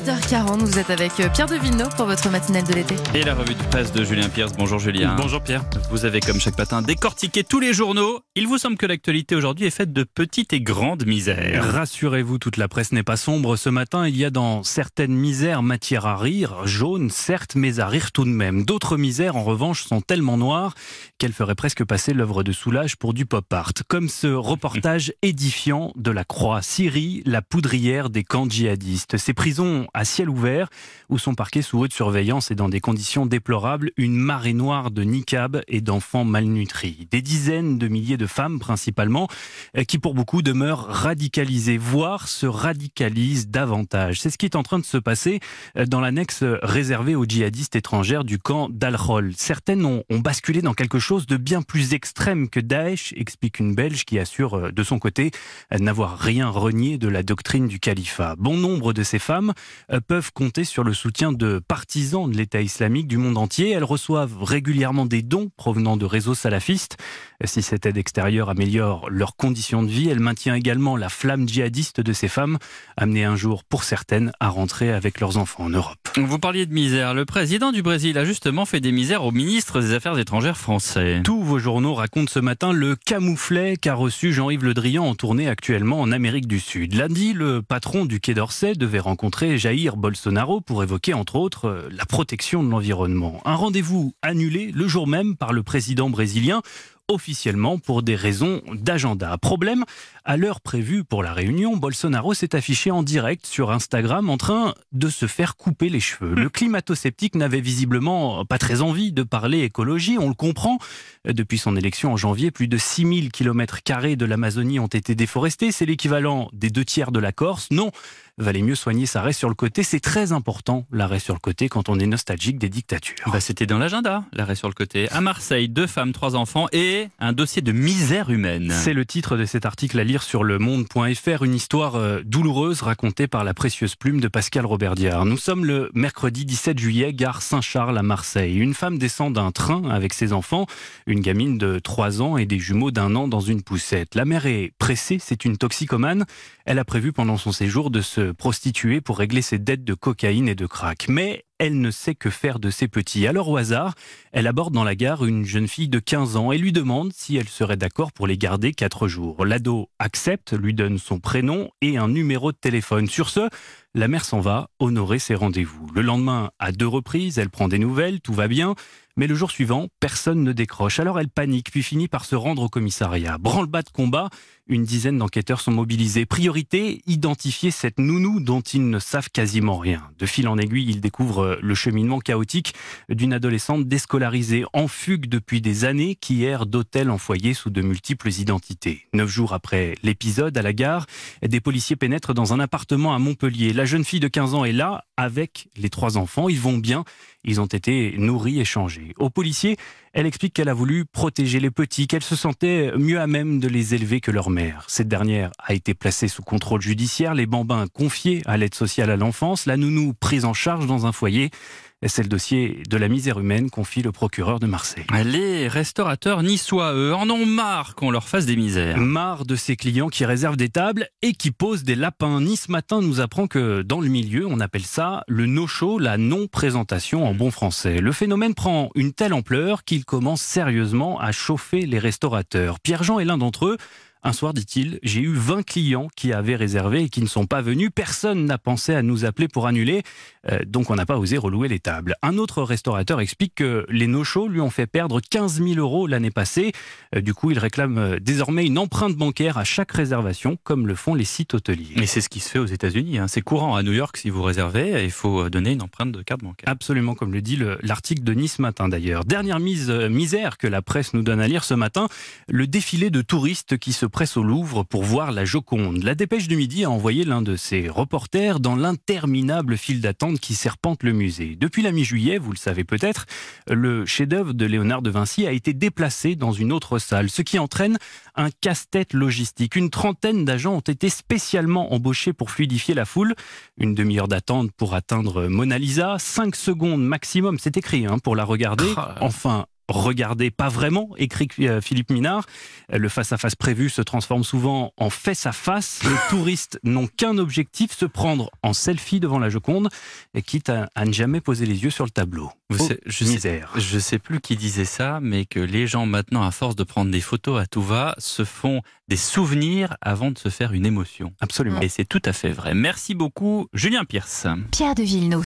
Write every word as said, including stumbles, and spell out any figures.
sept heures quarante, vous êtes avec Pierre de Villeneuve pour votre matinale de l'été. Et la revue de presse de Julien Pierce. Bonjour Julien. Bonjour Pierre. Vous avez comme chaque matin décortiqué tous les journaux. Il vous semble que l'actualité aujourd'hui est faite de petites et grandes misères. Rassurez-vous, toute la presse n'est pas sombre. Ce matin, il y a dans certaines misères matière à rire, jaune certes, mais à rire tout de même. D'autres misères, en revanche, sont tellement noires qu'elles feraient presque passer l'œuvre de Soulage pour du pop art. Comme ce reportage édifiant de la Croix. Syrie, la poudrière des camps djihadistes. Ces prisons à ciel ouvert où sont parqués sous haute surveillance et dans des conditions déplorables une marée noire de niqab et d'enfants malnutris. Des dizaines de milliers de femmes principalement qui pour beaucoup demeurent radicalisées, voire se radicalisent davantage. C'est ce qui est en train de se passer dans l'annexe réservée aux djihadistes étrangères du camp d'Al-Hol. Certaines ont, ont basculé dans quelque chose de bien plus extrême que Daesh, explique une Belge qui assure de son côté n'avoir rien renié de la doctrine du califat. Bon nombre de ces femmes peuvent compter sur le soutien de partisans de l'État islamique du monde entier. Elles reçoivent régulièrement des dons provenant de réseaux salafistes. Si cette aide extérieure améliore leurs conditions de vie, elle maintient également la flamme djihadiste de ces femmes, amenées un jour pour certaines à rentrer avec leurs enfants en Europe. Vous parliez de misère. Le président du Brésil a justement fait des misères au ministre des Affaires étrangères français. Tous vos journaux racontent ce matin le camouflet qu'a reçu Jean-Yves Le Drian en tournée actuellement en Amérique du Sud. Lundi, le patron du Quai d'Orsay devait rencontrer Jair Bolsonaro pour évoquer entre autres la protection de l'environnement. Un rendez-vous annulé le jour même par le président brésilien, officiellement pour des raisons d'agenda. Problème, à l'heure prévue pour la réunion, Bolsonaro s'est affiché en direct sur Instagram en train de se faire couper les cheveux. Le climato-sceptique n'avait visiblement pas très envie de parler écologie, on le comprend. Depuis son élection en janvier, plus de six mille kilomètres carrés de l'Amazonie ont été déforestés. C'est l'équivalent des deux tiers de la Corse. Non, valait mieux soigner sa raie sur le côté. C'est très important, l'arrêt sur le côté, quand on est nostalgique des dictatures. Bah, c'était dans l'agenda, l'arrêt sur le côté. À Marseille, deux femmes, trois enfants et un dossier de misère humaine. C'est le titre de cet article à lire sur le monde point f r, une histoire euh, douloureuse racontée par la précieuse plume de Pascal Roberdiard. Nous sommes le mercredi dix-sept juillet, gare Saint-Charles à Marseille. Une femme descend d'un train avec ses enfants, une gamine de trois ans et des jumeaux d'un an dans une poussette. La mère est pressée, c'est une toxicomane. Elle a prévu pendant son séjour de se prostituer pour régler ses dettes de cocaïne et de crack. Mais elle ne sait que faire de ses petits. Alors au hasard, elle aborde dans la gare une jeune fille de quinze ans et lui demande si elle serait d'accord pour les garder quatre jours. L'ado accepte, lui donne son prénom et un numéro de téléphone. Sur ce, la mère s'en va honorer ses rendez-vous. Le lendemain, à deux reprises, elle prend des nouvelles, tout va bien. Mais le jour suivant, personne ne décroche. Alors elle panique, puis finit par se rendre au commissariat. Branle-bas de combat, une dizaine d'enquêteurs sont mobilisés. Priorité, identifier cette nounou dont ils ne savent quasiment rien. De fil en aiguille, ils découvrent le cheminement chaotique d'une adolescente déscolarisée, en fugue depuis des années, qui erre d'hôtel en foyer sous de multiples identités. Neuf jours après l'épisode, à la gare, des policiers pénètrent dans un appartement à Montpellier. La jeune fille de quinze ans est là, avec les trois enfants. Ils vont bien, ils ont été nourris et changés. Aux policiers, elle explique qu'elle a voulu protéger les petits, qu'elle se sentait mieux à même de les élever que leur mère. Cette dernière a été placée sous contrôle judiciaire, les bambins confiés à l'aide sociale à l'enfance, la nounou prise en charge dans un foyer. C'est le dossier de la misère humaine, confie le procureur de Marseille. Les restaurateurs niçois, eux, en ont marre qu'on leur fasse des misères. Marre de ces clients qui réservent des tables et qui posent des lapins. Nice Matin nous apprend que dans le milieu, on appelle ça le no-show, la non-présentation en bon français. Le phénomène prend une telle ampleur qu'il commence sérieusement à chauffer les restaurateurs. Pierre-Jean est l'un d'entre eux. Un soir, dit-il, j'ai eu vingt clients qui avaient réservé et qui ne sont pas venus. Personne n'a pensé à nous appeler pour annuler, euh, donc on n'a pas osé relouer les tables. Un autre restaurateur explique que les no-shows lui ont fait perdre quinze mille euros l'année passée. Euh, du coup, il réclame euh, désormais une empreinte bancaire à chaque réservation, comme le font les sites hôteliers. Et c'est ce qui se fait aux États-Unis. Hein. C'est courant à New York, si vous réservez, il faut donner une empreinte de carte bancaire. Absolument, comme le dit le, l'article de Nice Matin d'ailleurs. Dernière mise, euh, misère que la presse nous donne à lire ce matin, le défilé de touristes qui se presse au Louvre pour voir la Joconde. La Dépêche du Midi a envoyé l'un de ses reporters dans l'interminable file d'attente qui serpente le musée. Depuis la mi-juillet, vous le savez peut-être, le chef-d'œuvre de Léonard de Vinci a été déplacé dans une autre salle, ce qui entraîne un casse-tête logistique. Une trentaine d'agents ont été spécialement embauchés pour fluidifier la foule. Une demi-heure d'attente pour atteindre Mona Lisa, cinq secondes maximum, c'est écrit, hein, pour la regarder. Enfin, regardez pas vraiment, écrit Philippe Minard. Le face-à-face prévu se transforme souvent en face-à-face. Les touristes n'ont qu'un objectif, se prendre en selfie devant la Joconde, et quitte à, à ne jamais poser les yeux sur le tableau. Vous Oh, sais, je, misère. sais, je sais plus qui disait ça, mais que les gens maintenant, à force de prendre des photos à tout va, se font des souvenirs avant de se faire une émotion. Absolument. Et c'est tout à fait vrai. Merci beaucoup, Julien Pierce. Pierre de Villeneuve.